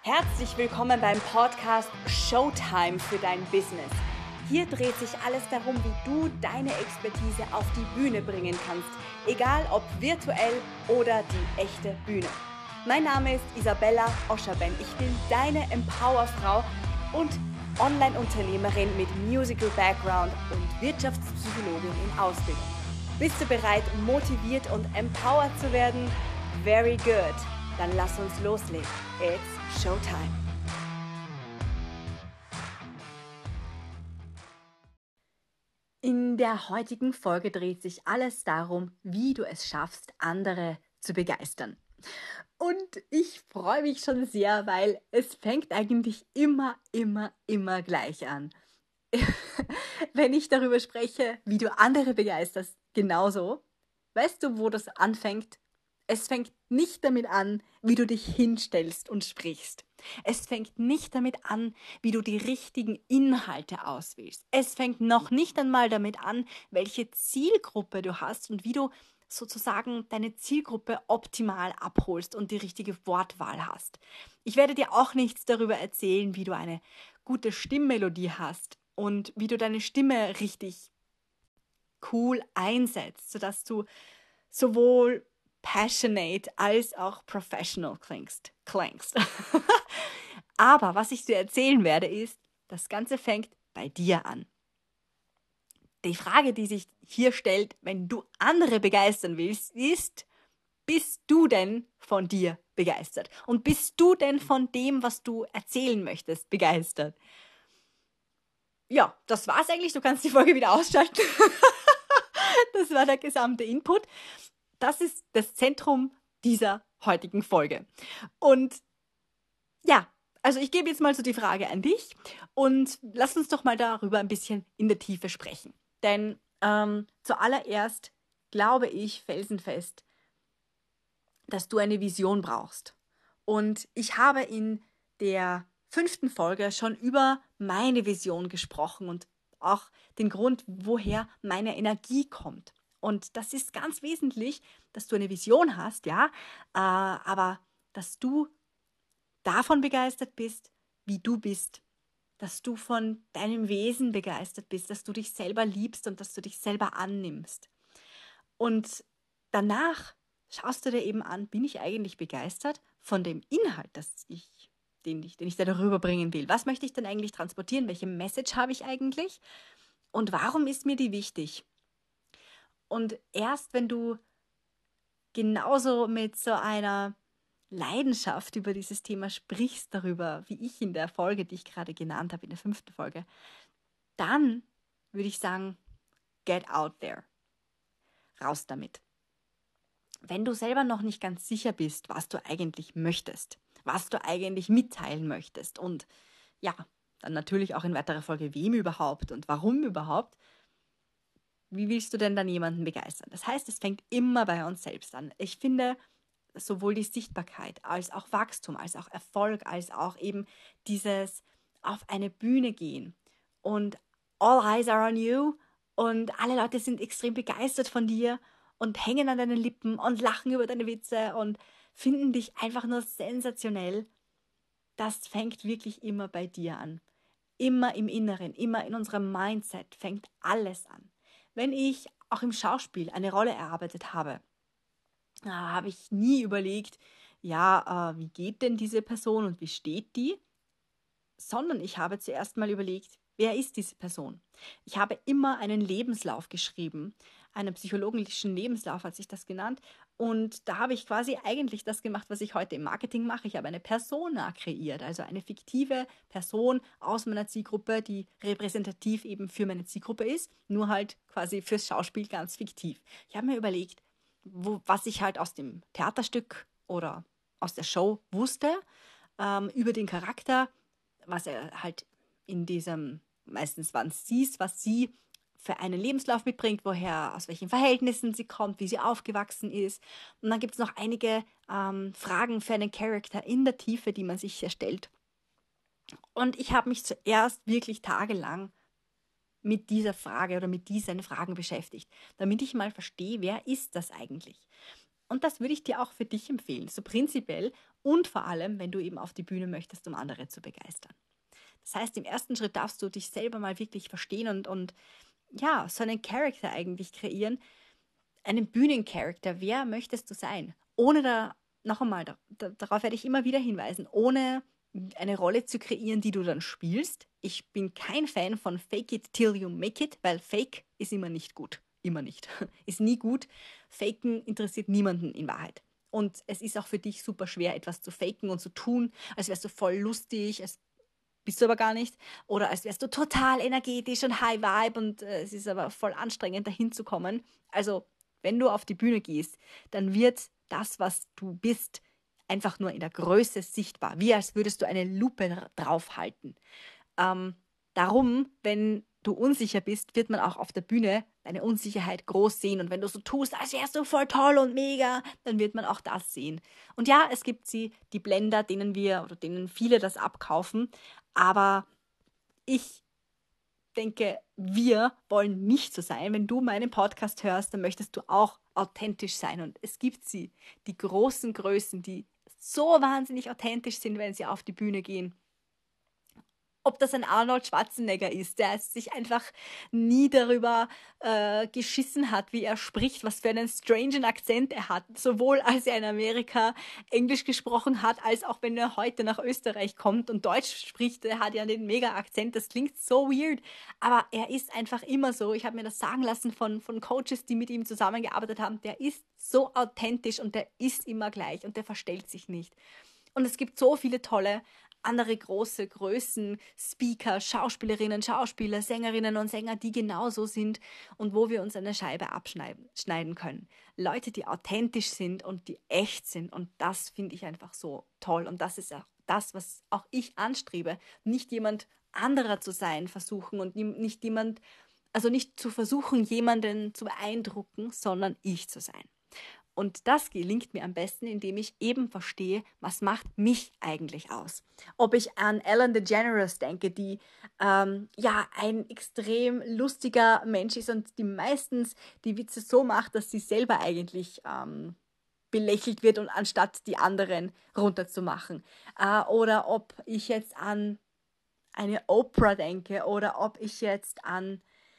Herzlich willkommen beim Podcast Showtime für dein Business. Hier dreht sich alles darum, wie du deine Expertise auf die Bühne bringen kannst, egal ob virtuell oder die echte Bühne. Mein Name ist Isabella Oscherben. Ich bin deine Empowerfrau und Online-Unternehmerin mit Musical Background und Wirtschaftspsychologin in Ausbildung. Bist du bereit, motiviert und empowered zu werden? Very good. Dann lass uns loslegen. It's Showtime. In der heutigen Folge dreht sich alles darum, wie du es schaffst, andere zu begeistern. Und ich freue mich schon sehr, weil es fängt eigentlich immer gleich an. Wenn ich darüber spreche, wie du andere begeisterst, genauso. Weißt du, wo das anfängt? Es fängt nicht damit an, wie du dich hinstellst und sprichst. Es fängt nicht damit an, wie du die richtigen Inhalte auswählst. Es fängt noch nicht einmal damit an, welche Zielgruppe du hast und wie du sozusagen deine Zielgruppe optimal abholst und die richtige Wortwahl hast. Ich werde dir auch nichts darüber erzählen, wie du eine gute Stimmmelodie hast und wie du deine Stimme richtig cool einsetzt, sodass du sowohl passionate als auch professional klingst. Aber was ich dir erzählen werde, ist, das Ganze fängt bei dir an. Die Frage, die sich hier stellt, wenn du andere begeistern willst, ist, bist du denn von dir begeistert? Und bist du denn von dem, was du erzählen möchtest, begeistert? Ja, das war's eigentlich. Du kannst die Folge wieder ausschalten. Das war der gesamte Input. Das ist das Zentrum dieser heutigen Folge. Und ja, also ich gebe jetzt mal so die Frage an dich und lass uns doch mal darüber ein bisschen in der Tiefe sprechen. Denn zuallererst glaube ich felsenfest, dass du eine Vision brauchst. Und ich habe in der 5. Folge schon über meine Vision gesprochen und auch den Grund, woher meine Energie kommt. Und das ist ganz wesentlich, dass du eine Vision hast, ja, aber dass du davon begeistert bist, wie du bist, dass du von deinem Wesen begeistert bist, dass du dich selber liebst und dass du dich selber annimmst. Und danach schaust du dir eben an, bin ich eigentlich begeistert von dem Inhalt, den ich da darüber bringen will? Was möchte ich denn eigentlich transportieren? Welche Message habe ich eigentlich? Und warum ist mir die wichtig? Und erst wenn du genauso mit so einer Leidenschaft über dieses Thema sprichst, darüber, wie ich in der Folge, die ich gerade genannt habe, in der 5. Folge, dann würde ich sagen, get out there. Raus damit. Wenn du selber noch nicht ganz sicher bist, was du eigentlich möchtest, was du eigentlich mitteilen möchtest und ja, dann natürlich auch in weiterer Folge, wem überhaupt und warum überhaupt, wie willst du denn dann jemanden begeistern? Das heißt, es fängt immer bei uns selbst an. Ich finde, sowohl die Sichtbarkeit als auch Wachstum, als auch Erfolg, als auch eben dieses auf eine Bühne gehen und all eyes are on you und alle Leute sind extrem begeistert von dir und hängen an deinen Lippen und lachen über deine Witze und finden dich einfach nur sensationell. Das fängt wirklich immer bei dir an. Immer im Inneren, immer in unserem Mindset fängt alles an. Wenn ich auch im Schauspiel eine Rolle erarbeitet habe, habe ich nie überlegt, ja, wie geht denn diese Person und wie steht die? Sondern ich habe zuerst mal überlegt, wer ist diese Person? Ich habe immer einen Lebenslauf geschrieben, einen psychologischen Lebenslauf hat sich das genannt. Und da habe ich quasi eigentlich das gemacht, was ich heute im Marketing mache. Ich habe eine Persona kreiert, also eine fiktive Person aus meiner Zielgruppe, die repräsentativ eben für meine Zielgruppe ist, nur halt quasi fürs Schauspiel ganz fiktiv. Ich habe mir überlegt, was ich halt aus dem Theaterstück oder aus der Show wusste, über den Charakter, was er halt in diesem, meistens waren es sie's, was sie für einen Lebenslauf mitbringt, woher, aus welchen Verhältnissen sie kommt, wie sie aufgewachsen ist. Und dann gibt es noch einige Fragen für einen Charakter in der Tiefe, die man sich hier stellt. Und ich habe mich zuerst wirklich tagelang mit dieser Frage oder mit diesen Fragen beschäftigt, damit ich mal verstehe, wer ist das eigentlich? Und das würde ich dir auch für dich empfehlen, so prinzipiell, und vor allem, wenn du eben auf die Bühne möchtest, um andere zu begeistern. Das heißt, im ersten Schritt darfst du dich selber mal wirklich verstehen und ja, so einen Charakter eigentlich kreieren, einen Bühnencharakter. Wer möchtest du sein? Ohne noch einmal, darauf werde ich immer wieder hinweisen, ohne eine Rolle zu kreieren, die du dann spielst. Ich bin kein Fan von Fake it till you make it, weil Fake ist immer nicht gut. Immer nicht. Ist nie gut. Faken interessiert niemanden in Wahrheit. Und es ist auch für dich super schwer, etwas zu faken und zu tun, als wärst du voll lustig, als bist du aber gar nicht. Oder als wärst du total energetisch und High Vibe und es ist aber voll anstrengend, dahin zu kommen. Also, wenn du auf die Bühne gehst, dann wird das, was du bist, einfach nur in der Größe sichtbar. Wie als würdest du eine Lupe draufhalten. Darum, wenn du unsicher bist, wird man auch auf der Bühne deine Unsicherheit groß sehen. Und wenn du so tust, als wärst du voll toll und mega, dann wird man auch das sehen. Und ja, es gibt die Blender, denen viele das abkaufen. Aber ich denke, wir wollen nicht so sein. Wenn du meinen Podcast hörst, dann möchtest du auch authentisch sein. Und es gibt die großen Größen, die so wahnsinnig authentisch sind, wenn sie auf die Bühne gehen. Ob das ein Arnold Schwarzenegger ist, der sich einfach nie darüber geschissen hat, wie er spricht, was für einen strangen Akzent er hat. Sowohl als er in Amerika Englisch gesprochen hat, als auch wenn er heute nach Österreich kommt und Deutsch spricht. Er hat ja den Mega-Akzent, das klingt so weird. Aber er ist einfach immer so. Ich habe mir das sagen lassen von Coaches, die mit ihm zusammengearbeitet haben. Der ist so authentisch und der ist immer gleich und der verstellt sich nicht. Und es gibt so viele tolle andere große Größen, Speaker, Schauspielerinnen, Schauspieler, Sängerinnen und Sänger, die genauso sind und wo wir uns eine Scheibe abschneiden können. Leute, die authentisch sind und die echt sind und das finde ich einfach so toll und das ist auch das, was auch ich anstrebe. Nicht jemand anderer zu sein versuchen und nicht nicht zu versuchen, jemanden zu beeindrucken, sondern ich zu sein. Und das gelingt mir am besten, indem ich eben verstehe, was macht mich eigentlich aus. Ob ich an Ellen DeGeneres denke, die ein extrem lustiger Mensch ist und die meistens die Witze so macht, dass sie selber eigentlich belächelt wird und anstatt die anderen runterzumachen. Oder ob ich jetzt an eine Oprah denke oder ob ich jetzt an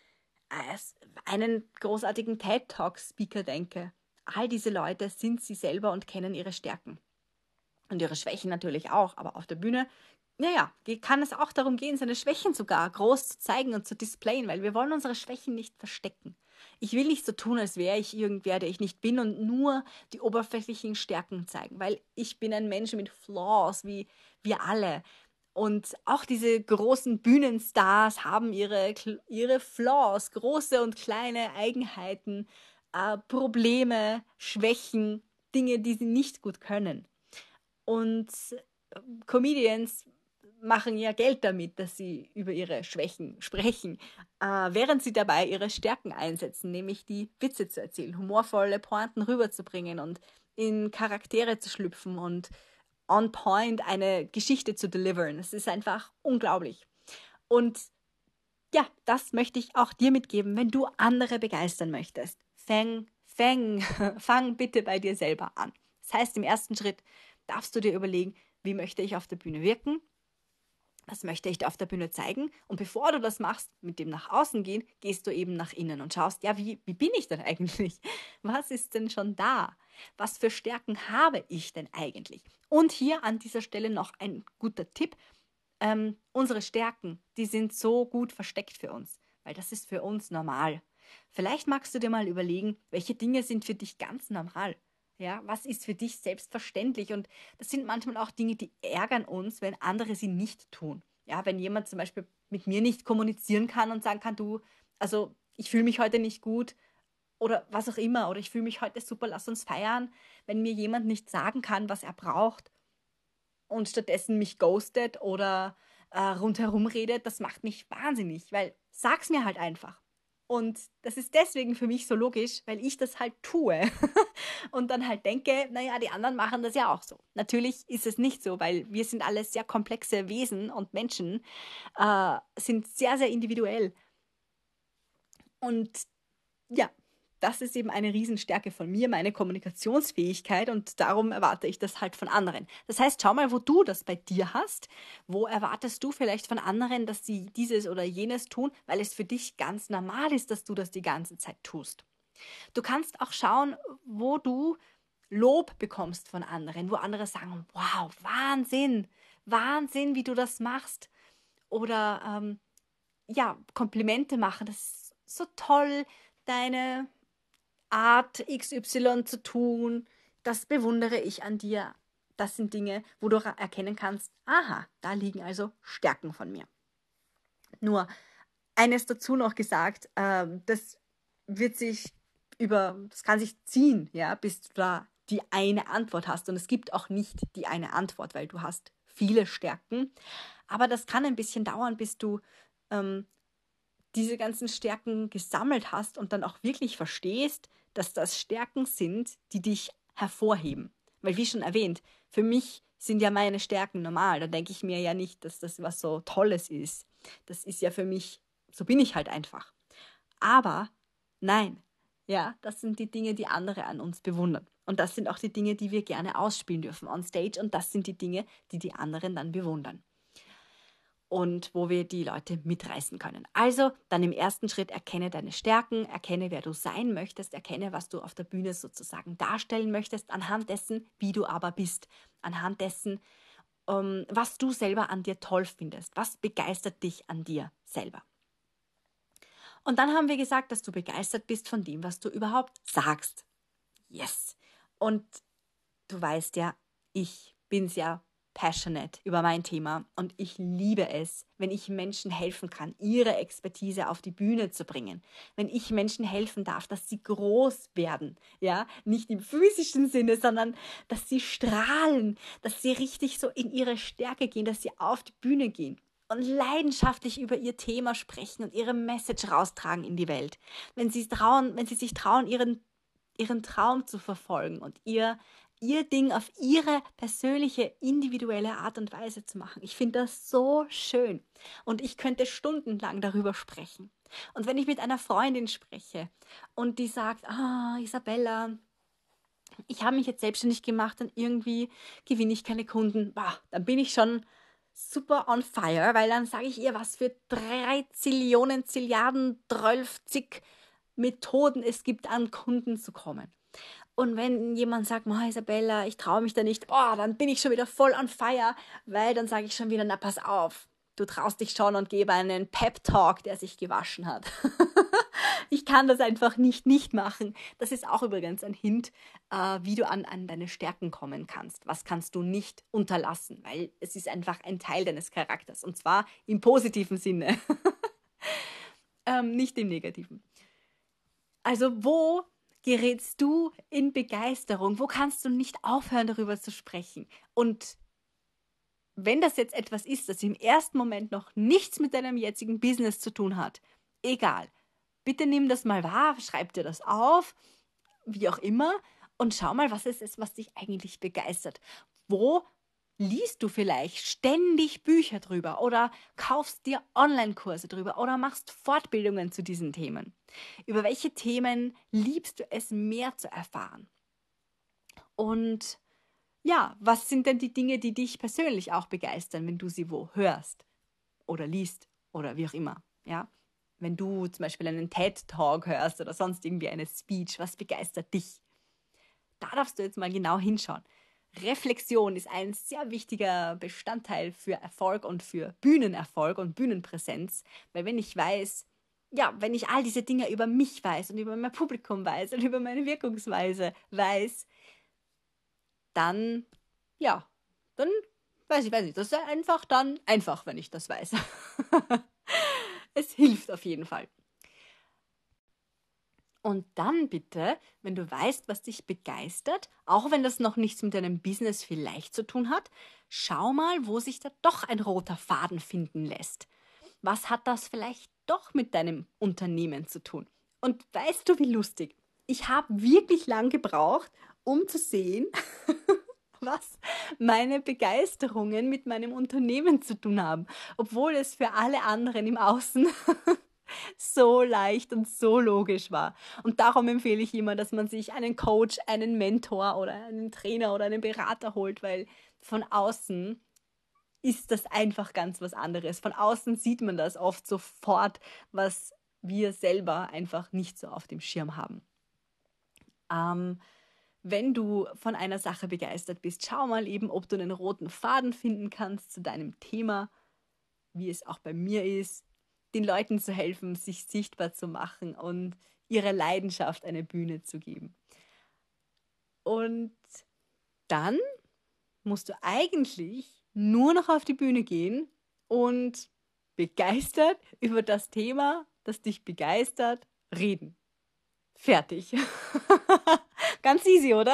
einen großartigen TED-Talk-Speaker denke. All diese Leute sind sie selber und kennen ihre Stärken. Und ihre Schwächen natürlich auch. Aber auf der Bühne, kann es auch darum gehen, seine Schwächen sogar groß zu zeigen und zu displayen, weil wir wollen unsere Schwächen nicht verstecken. Ich will nicht so tun, als wäre ich irgendwer, der ich nicht bin und nur die oberflächlichen Stärken zeigen, weil ich bin ein Mensch mit Flaws, wie wir alle. Und auch diese großen Bühnenstars haben ihre Flaws, große und kleine Eigenheiten, Probleme, Schwächen, Dinge, die sie nicht gut können. Und Comedians machen ja Geld damit, dass sie über ihre Schwächen sprechen, während sie dabei ihre Stärken einsetzen, nämlich die Witze zu erzählen, humorvolle Pointen rüberzubringen und in Charaktere zu schlüpfen und on point eine Geschichte zu deliveren. Es ist einfach unglaublich. Und ja, das möchte ich auch dir mitgeben, wenn du andere begeistern möchtest. Fang bitte bei dir selber an. Das heißt, im ersten Schritt darfst du dir überlegen, wie möchte ich auf der Bühne wirken? Was möchte ich auf der Bühne zeigen? Und bevor du das machst, mit dem nach außen gehen, gehst du eben nach innen und schaust, ja, wie bin ich denn eigentlich? Was ist denn schon da? Was für Stärken habe ich denn eigentlich? Und hier an dieser Stelle noch ein guter Tipp. Unsere Stärken, die sind so gut versteckt für uns, weil das ist für uns normal. Vielleicht magst du dir mal überlegen, welche Dinge sind für dich ganz normal. Ja, was ist für dich selbstverständlich? Und das sind manchmal auch Dinge, die ärgern uns, wenn andere sie nicht tun. Ja, wenn jemand zum Beispiel mit mir nicht kommunizieren kann und sagen kann, du, also ich fühle mich heute nicht gut oder was auch immer, oder ich fühle mich heute super, lass uns feiern. Wenn mir jemand nicht sagen kann, was er braucht und stattdessen mich ghostet oder rundherum redet, das macht mich wahnsinnig, weil sag's mir halt einfach. Und das ist deswegen für mich so logisch, weil ich das halt tue. Und dann halt denke, naja, die anderen machen das ja auch so. Natürlich ist es nicht so, weil wir sind alle sehr komplexe Wesen und Menschen sind sehr, sehr individuell. Und ja, das ist eben eine Riesenstärke von mir, meine Kommunikationsfähigkeit, und darum erwarte ich das halt von anderen. Das heißt, schau mal, wo du das bei dir hast. Wo erwartest du vielleicht von anderen, dass sie dieses oder jenes tun, weil es für dich ganz normal ist, dass du das die ganze Zeit tust. Du kannst auch schauen, wo du Lob bekommst von anderen, wo andere sagen, wow, Wahnsinn, Wahnsinn, wie du das machst. Oder ja, Komplimente machen, das ist so toll, deine Art XY zu tun, das bewundere ich an dir. Das sind Dinge, wo du erkennen kannst, aha, da liegen also Stärken von mir. Nur eines dazu noch gesagt, das das kann sich ziehen, ja, bis du da die eine Antwort hast. Und es gibt auch nicht die eine Antwort, weil du hast viele Stärken. Aber das kann ein bisschen dauern, bis du diese ganzen Stärken gesammelt hast und dann auch wirklich verstehst, dass das Stärken sind, die dich hervorheben. Weil wie schon erwähnt, für mich sind ja meine Stärken normal. Da denke ich mir ja nicht, dass das was so Tolles ist. Das ist ja für mich, so bin ich halt einfach. Aber nein, ja, das sind die Dinge, die andere an uns bewundern. Und das sind auch die Dinge, die wir gerne ausspielen dürfen on stage. Und das sind die Dinge, die die anderen dann bewundern. Und wo wir die Leute mitreißen können. Also dann im ersten Schritt erkenne deine Stärken, erkenne, wer du sein möchtest, erkenne, was du auf der Bühne sozusagen darstellen möchtest, anhand dessen, wie du aber bist, anhand dessen, was du selber an dir toll findest, was begeistert dich an dir selber. Und dann haben wir gesagt, dass du begeistert bist von dem, was du überhaupt sagst. Yes. Und du weißt ja, ich bin sehr passionate über mein Thema und ich liebe es, wenn ich Menschen helfen kann, ihre Expertise auf die Bühne zu bringen. Wenn ich Menschen helfen darf, dass sie groß werden, ja, nicht im physischen Sinne, sondern dass sie strahlen, dass sie richtig so in ihre Stärke gehen, dass sie auf die Bühne gehen und leidenschaftlich über ihr Thema sprechen und ihre Message raustragen in die Welt. Wenn sie sich trauen, ihren Traum zu verfolgen und ihr Ding auf ihre persönliche, individuelle Art und Weise zu machen. Ich finde das so schön. Und ich könnte stundenlang darüber sprechen. Und wenn ich mit einer Freundin spreche und die sagt, Isabella, ich habe mich jetzt selbstständig gemacht und irgendwie gewinne ich keine Kunden, dann bin ich schon super on fire, weil dann sage ich ihr, was für 3 Zillionen, Zilliarden, 12 zig Methoden es gibt, an Kunden zu kommen. Und wenn jemand sagt, Isabella, ich traue mich da nicht, dann bin ich schon wieder voll on fire, weil dann sage ich schon wieder, na pass auf, du traust dich schon und gebe einen Pep-Talk, der sich gewaschen hat. Ich kann das einfach nicht machen. Das ist auch übrigens ein Hint, wie du an deine Stärken kommen kannst. Was kannst du nicht unterlassen, weil es ist einfach ein Teil deines Charakters und zwar im positiven Sinne, nicht im negativen. Also wo gerätst du in Begeisterung? Wo kannst du nicht aufhören, darüber zu sprechen? Und wenn das jetzt etwas ist, das im ersten Moment noch nichts mit deinem jetzigen Business zu tun hat, egal. Bitte nimm das mal wahr, schreib dir das auf, wie auch immer, und schau mal, was es ist, was dich eigentlich begeistert. Wo liest du vielleicht ständig Bücher drüber oder kaufst dir Online-Kurse drüber oder machst Fortbildungen zu diesen Themen? Über welche Themen liebst du es mehr zu erfahren? Und ja, was sind denn die Dinge, die dich persönlich auch begeistern, wenn du sie wo hörst oder liest oder wie auch immer, ja? Wenn du zum Beispiel einen TED-Talk hörst oder sonst irgendwie eine Speech, was begeistert dich? Da darfst du jetzt mal genau hinschauen. Reflexion ist ein sehr wichtiger Bestandteil für Erfolg und für Bühnenerfolg und Bühnenpräsenz, weil wenn ich weiß, ja, wenn ich all diese Dinge über mich weiß und über mein Publikum weiß und über meine Wirkungsweise weiß, dann, ja, dann weiß ich nicht, das ist einfach dann einfach, wenn ich das weiß. Es hilft auf jeden Fall. Und dann bitte, wenn du weißt, was dich begeistert, auch wenn das noch nichts mit deinem Business vielleicht zu tun hat, schau mal, wo sich da doch ein roter Faden finden lässt. Was hat das vielleicht doch mit deinem Unternehmen zu tun? Und weißt du, wie lustig? Ich habe wirklich lang gebraucht, um zu sehen, was meine Begeisterungen mit meinem Unternehmen zu tun haben, obwohl es für alle anderen im Außen so leicht und so logisch war. Und darum empfehle ich immer, dass man sich einen Coach, einen Mentor oder einen Trainer oder einen Berater holt, weil von außen ist das einfach ganz was anderes. Von außen sieht man das oft sofort, was wir selber einfach nicht so auf dem Schirm haben. Wenn du von einer Sache begeistert bist, schau mal eben, ob du einen roten Faden finden kannst zu deinem Thema, wie es auch bei mir ist, den Leuten zu helfen, sich sichtbar zu machen und ihrer Leidenschaft eine Bühne zu geben. Und dann musst du eigentlich nur noch auf die Bühne gehen und begeistert über das Thema, das dich begeistert, reden. Fertig. Ganz easy, oder?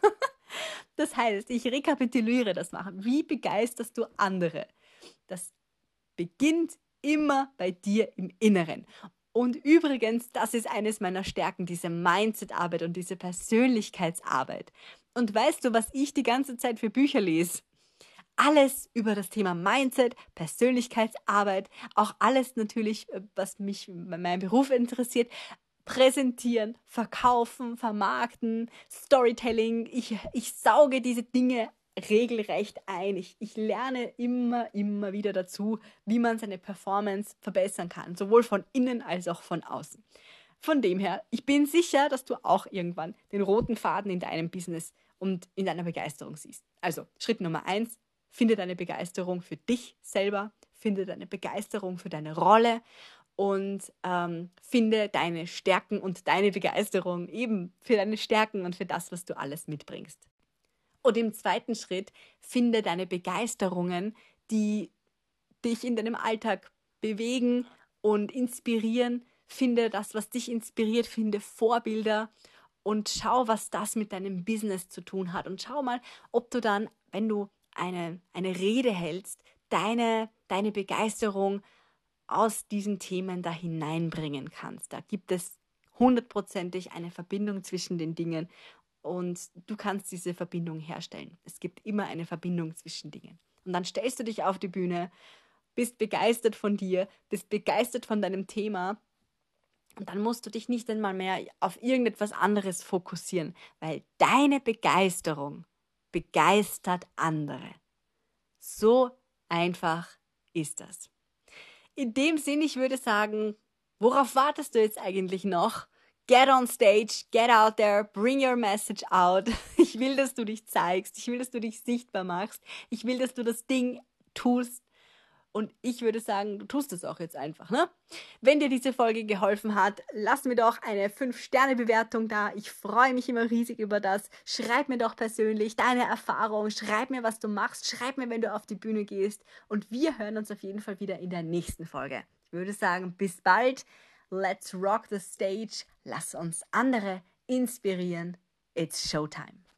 Das heißt, ich rekapituliere das mal. Wie begeisterst du andere? Das beginnt immer bei dir im Inneren. Und übrigens, das ist eines meiner Stärken, diese Mindset-Arbeit und diese Persönlichkeitsarbeit. Und weißt du, was ich die ganze Zeit für Bücher lese? Alles über das Thema Mindset, Persönlichkeitsarbeit, auch alles natürlich, was mich bei meinem Beruf interessiert. Präsentieren, verkaufen, vermarkten, Storytelling. Ich sauge diese Dinge regelrecht ein. Ich lerne immer wieder dazu, wie man seine Performance verbessern kann, sowohl von innen als auch von außen. Von dem her, ich bin sicher, dass du auch irgendwann den roten Faden in deinem Business und in deiner Begeisterung siehst. Also Schritt Nummer 1, finde deine Begeisterung für dich selber, finde deine Begeisterung für deine Rolle und finde deine Stärken und deine Begeisterung eben für deine Stärken und für das, was du alles mitbringst. Und im zweiten Schritt finde deine Begeisterungen, die dich in deinem Alltag bewegen und inspirieren. Finde das, was dich inspiriert, finde Vorbilder und schau, was das mit deinem Business zu tun hat. Und schau mal, ob du dann, wenn du eine Rede hältst, deine Begeisterung aus diesen Themen da hineinbringen kannst. Da gibt es hundertprozentig eine Verbindung zwischen den Dingen und du kannst diese Verbindung herstellen. Es gibt immer eine Verbindung zwischen Dingen. Und dann stellst du dich auf die Bühne, bist begeistert von dir, bist begeistert von deinem Thema und dann musst du dich nicht einmal mehr auf irgendetwas anderes fokussieren, weil deine Begeisterung begeistert andere. So einfach ist das. In dem Sinn, ich würde sagen, worauf wartest du jetzt eigentlich noch? Get on stage, get out there, bring your message out. Ich will, dass du dich zeigst. Ich will, dass du dich sichtbar machst. Ich will, dass du das Ding tust. Und ich würde sagen, du tust es auch jetzt einfach, ne? Wenn dir diese Folge geholfen hat, lass mir doch eine 5-Sterne-Bewertung da. Ich freue mich immer riesig über das. Schreib mir doch persönlich deine Erfahrung. Schreib mir, was du machst. Schreib mir, wenn du auf die Bühne gehst. Und wir hören uns auf jeden Fall wieder in der nächsten Folge. Ich würde sagen, bis bald. Let's rock the stage. Lass uns andere inspirieren. It's Showtime.